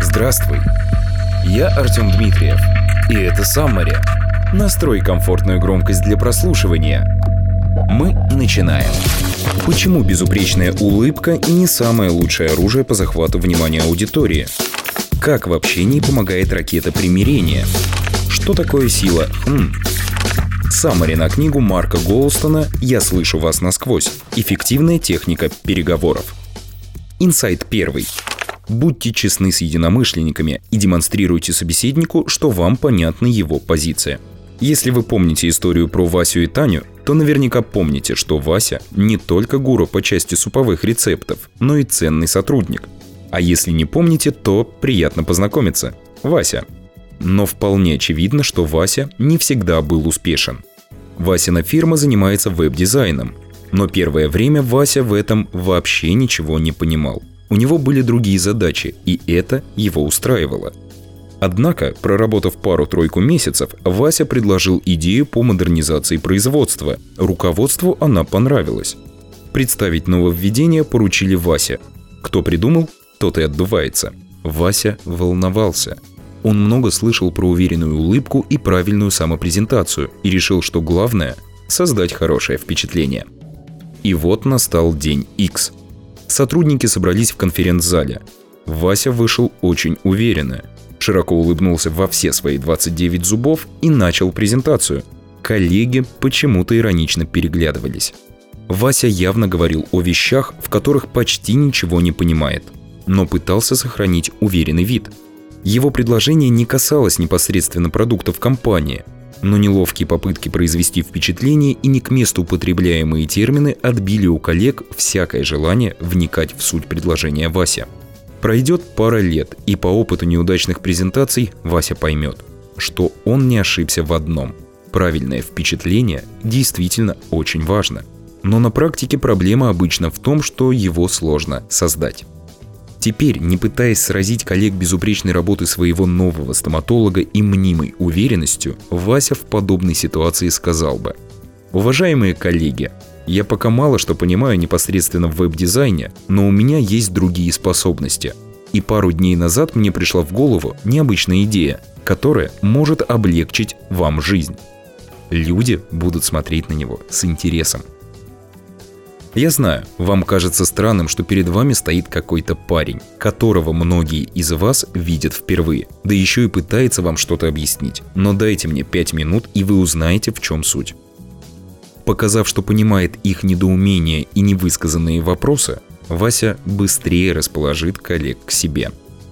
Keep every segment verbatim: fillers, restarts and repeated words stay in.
Здравствуй, я Артем Дмитриев, и это Summary. Настрой комфортную громкость для прослушивания. Мы начинаем. Почему безупречная улыбка не самое лучшее оружие по захвату внимания аудитории? Как в общении помогает ракета примирения? Что такое сила «м»? Summary на книгу Марка Голстона «Я слышу вас насквозь. Эффективная техника переговоров». Инсайт первый. Будьте честны с единомышленниками и демонстрируйте собеседнику, что вам понятна его позиция. Если вы помните историю про Васю и Таню, то наверняка помните, что Вася не только гуру по части суповых рецептов, но и ценный сотрудник. А если не помните, то приятно познакомиться. Вася. Но вполне очевидно, что Вася не всегда был успешен. Васина фирма занимается веб-дизайном, но первое время Вася в этом вообще ничего не понимал. У него были другие задачи, и это его устраивало. Однако, проработав пару-тройку месяцев, Вася предложил идею по модернизации производства. Руководству она понравилась. Представить нововведение поручили Васе. Кто придумал, тот и отдувается. Вася волновался. Он много слышал про уверенную улыбку и правильную самопрезентацию и решил, что главное – создать хорошее впечатление. И вот настал день Икс. Сотрудники собрались в конференц-зале. Вася вышел очень уверенно. Широко улыбнулся во все свои двадцать девять зубов и начал презентацию. Коллеги почему-то иронично переглядывались. Вася явно говорил о вещах, в которых почти ничего не понимает, но пытался сохранить уверенный вид. Его предложение не касалось непосредственно продуктов компании, но неловкие попытки произвести впечатление и не к месту употребляемые термины отбили у коллег всякое желание вникать в суть предложения Васи. Пройдет пара лет, и по опыту неудачных презентаций Вася поймет, что он не ошибся в одном. Правильное впечатление действительно очень важно. Но на практике проблема обычно в том, что его сложно создать. Теперь, не пытаясь сразить коллег безупречной работы своего нового стоматолога и мнимой уверенностью, Вася в подобной ситуации сказал бы: «Уважаемые коллеги, я пока мало что понимаю непосредственно в веб-дизайне, но у меня есть другие способности. И пару дней назад мне пришла в голову необычная идея, которая может облегчить вам жизнь». Люди будут смотреть на него с интересом. Я знаю, вам кажется странным, что перед вами стоит какой-то парень, которого многие из вас видят впервые, да еще и пытается вам что-то объяснить. Но дайте мне пять минут, и вы узнаете, в чем суть. Показав, что понимает их недоумение и невысказанные вопросы, Вася быстрее расположит коллег к себе.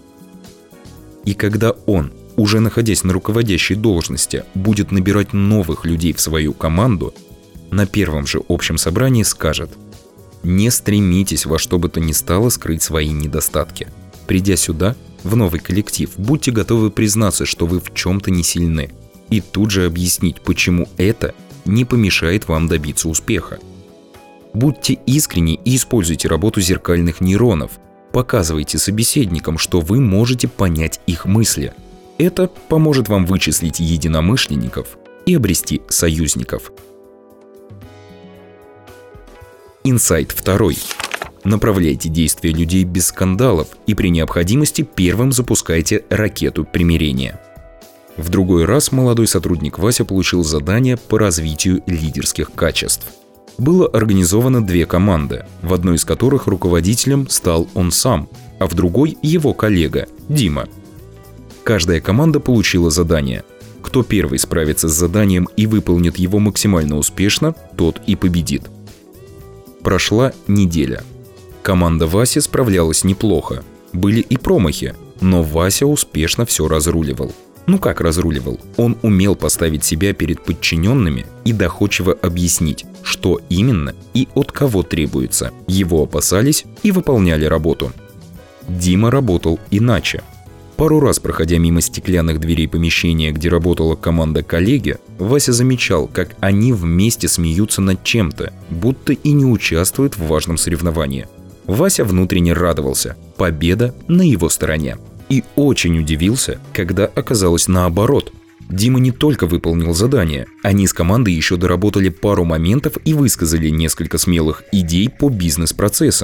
И когда он, уже находясь на руководящей должности, будет набирать новых людей в свою команду, на первом же общем собрании скажет: не стремитесь во что бы то ни стало скрыть свои недостатки. Придя сюда, в новый коллектив, будьте готовы признаться, что вы в чем-то не сильны, и тут же объяснить, почему это не помешает вам добиться успеха. Будьте искренни и используйте работу зеркальных нейронов. Показывайте собеседникам, что вы можете понять их мысли. Это поможет вам вычислить единомышленников и обрести союзников. Инсайт второй. Направляйте действия людей без скандалов и при необходимости первым запускайте ракету примирения. В другой раз молодой сотрудник Вася получил задание по развитию лидерских качеств. Было организовано две команды, в одной из которых руководителем стал он сам, а в другой его коллега Дима. Каждая команда получила задание. Кто первый справится с заданием и выполнит его максимально успешно, тот и победит. Прошла неделя. Команда Васи справлялась неплохо. Были и промахи, но Вася успешно все разруливал. Ну как разруливал? Он умел поставить себя перед подчиненными и доходчиво объяснить, что именно и от кого требуется. Его опасались и выполняли работу. Дима работал иначе. Пару раз, проходя мимо стеклянных дверей помещения, где работала команда коллеги, Вася замечал, как они вместе смеются над чем-то, будто и не участвуют в важном соревновании. Вася внутренне радовался. Победа на его стороне. И очень удивился, когда оказалось наоборот. Дима не только выполнил задание, они с командой еще доработали пару моментов и высказали несколько смелых идей по бизнес-процессам.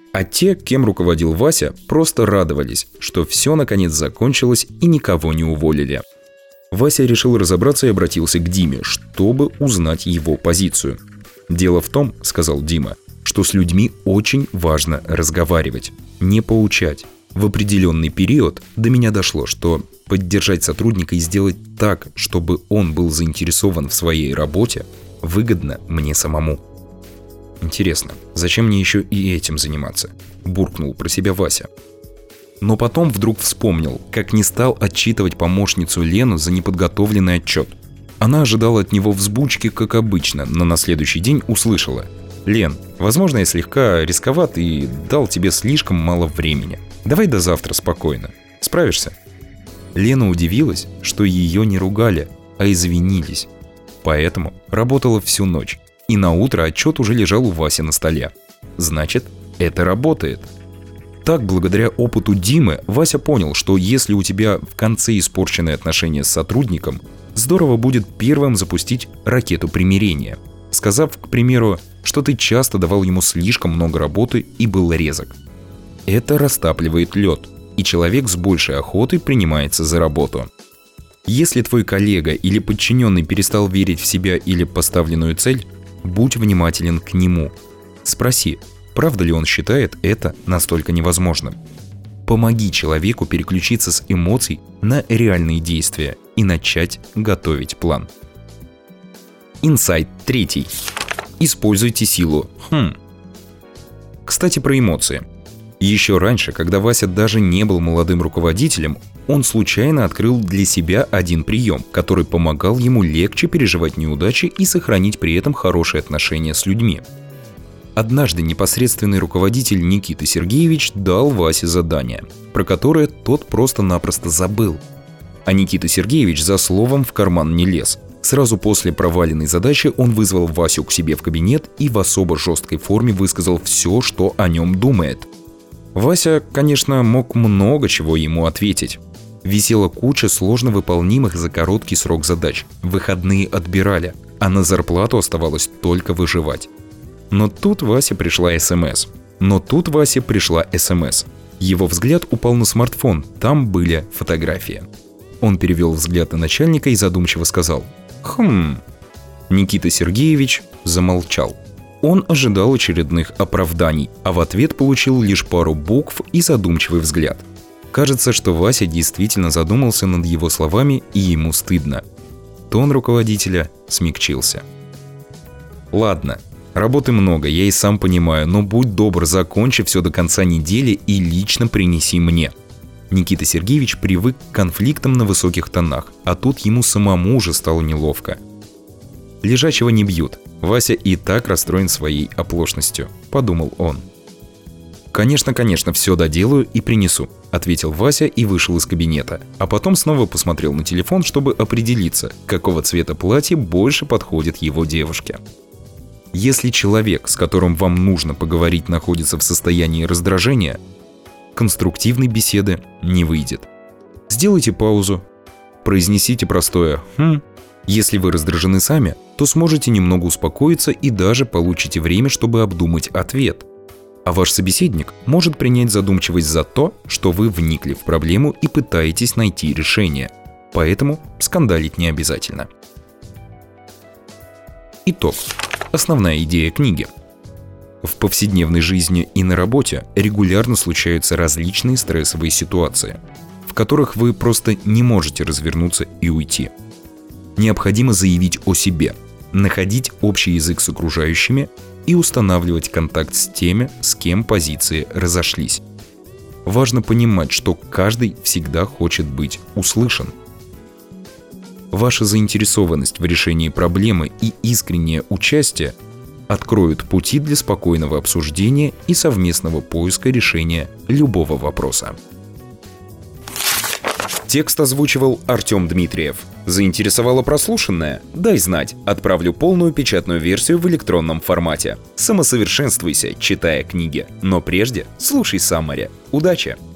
А те, кем руководил Вася, просто радовались, что все наконец закончилось и никого не уволили. Вася решил разобраться и обратился к Диме, чтобы узнать его позицию. «Дело в том, — сказал Дима, — что с людьми очень важно разговаривать, не поучать. В определенный период до меня дошло, что поддержать сотрудника и сделать так, чтобы он был заинтересован в своей работе, выгодно мне самому». «Интересно, зачем мне еще и этим заниматься?» – буркнул про себя Вася. Но потом вдруг вспомнил, как не стал отчитывать помощницу Лену за неподготовленный отчет. Она ожидала от него взбучки, как обычно, но на следующий день услышала: «Лен, возможно, я слегка рисковат и дал тебе слишком мало времени. Давай до завтра спокойно. Справишься?» Лена удивилась, что ее не ругали, а извинились. Поэтому работала всю ночь, и на утро отчет уже лежал у Васи на столе. Значит, это работает. Так, благодаря опыту Димы, Вася понял, что если у тебя в конце испорченные отношения с сотрудником, здорово будет первым запустить ракету примирения, сказав, к примеру, что ты часто давал ему слишком много работы и был резок. Это растапливает лед, и человек с большей охотой принимается за работу. Если твой коллега или подчиненный перестал верить в себя или поставленную цель, будь внимателен к нему. Спроси, правда ли он считает это настолько невозможным. Помоги человеку переключиться с эмоций на реальные действия и начать готовить план. Инсайт третий. Используйте силу. Хм. Кстати, про эмоции. Еще раньше, когда Вася даже не был молодым руководителем, он случайно открыл для себя один прием, который помогал ему легче переживать неудачи и сохранить при этом хорошие отношения с людьми. Однажды непосредственный руководитель Никита Сергеевич дал Васе задание, про которое тот просто-напросто забыл. А Никита Сергеевич за словом в карман не лез. Сразу после проваленной задачи он вызвал Васю к себе в кабинет и в особо жесткой форме высказал все, что о нем думает. Вася, конечно, мог много чего ему ответить. Висела куча сложно выполнимых за короткий срок задач, выходные отбирали, а на зарплату оставалось только выживать. Но тут Васе пришла СМС. Но тут Васе пришла СМС. Его взгляд упал на смартфон, там были фотографии. Он перевел взгляд на начальника и задумчиво сказал: «Хм». Никита Сергеевич замолчал. Он ожидал очередных оправданий, а в ответ получил лишь пару букв и задумчивый взгляд. Кажется, что Вася действительно задумался над его словами, и ему стыдно. Тон руководителя смягчился. «Ладно, работы много, я и сам понимаю, но будь добр, закончи все до конца недели и лично принеси мне». Никита Сергеевич привык к конфликтам на высоких тонах, а тут ему самому уже стало неловко. «Лежачего не бьют. Вася и так расстроен своей оплошностью», — подумал он. «Конечно, конечно, все доделаю и принесу», — ответил Вася и вышел из кабинета, а потом снова посмотрел на телефон, чтобы определиться, какого цвета платье больше подходит его девушке. Если человек, с которым вам нужно поговорить, находится в состоянии раздражения, конструктивной беседы не выйдет. Сделайте паузу, произнесите простое «хм». Если вы раздражены сами, то сможете немного успокоиться и даже получите время, чтобы обдумать ответ. А ваш собеседник может принять задумчивость за то, что вы вникли в проблему и пытаетесь найти решение. Поэтому скандалить не обязательно. Итог. Основная идея книги. В повседневной жизни и на работе регулярно случаются различные стрессовые ситуации, в которых вы просто не можете развернуться и уйти. Необходимо заявить о себе, находить общий язык с окружающими и устанавливать контакт с теми, с кем позиции разошлись. Важно понимать, что каждый всегда хочет быть услышан. Ваша заинтересованность в решении проблемы и искреннее участие откроют пути для спокойного обсуждения и совместного поиска решения любого вопроса. Текст озвучивал Артем Дмитриев. Заинтересовало прослушанное? Дай знать, отправлю полную печатную версию в электронном формате. Самосовершенствуйся, читая книги. Но прежде слушай Саммари. Удачи!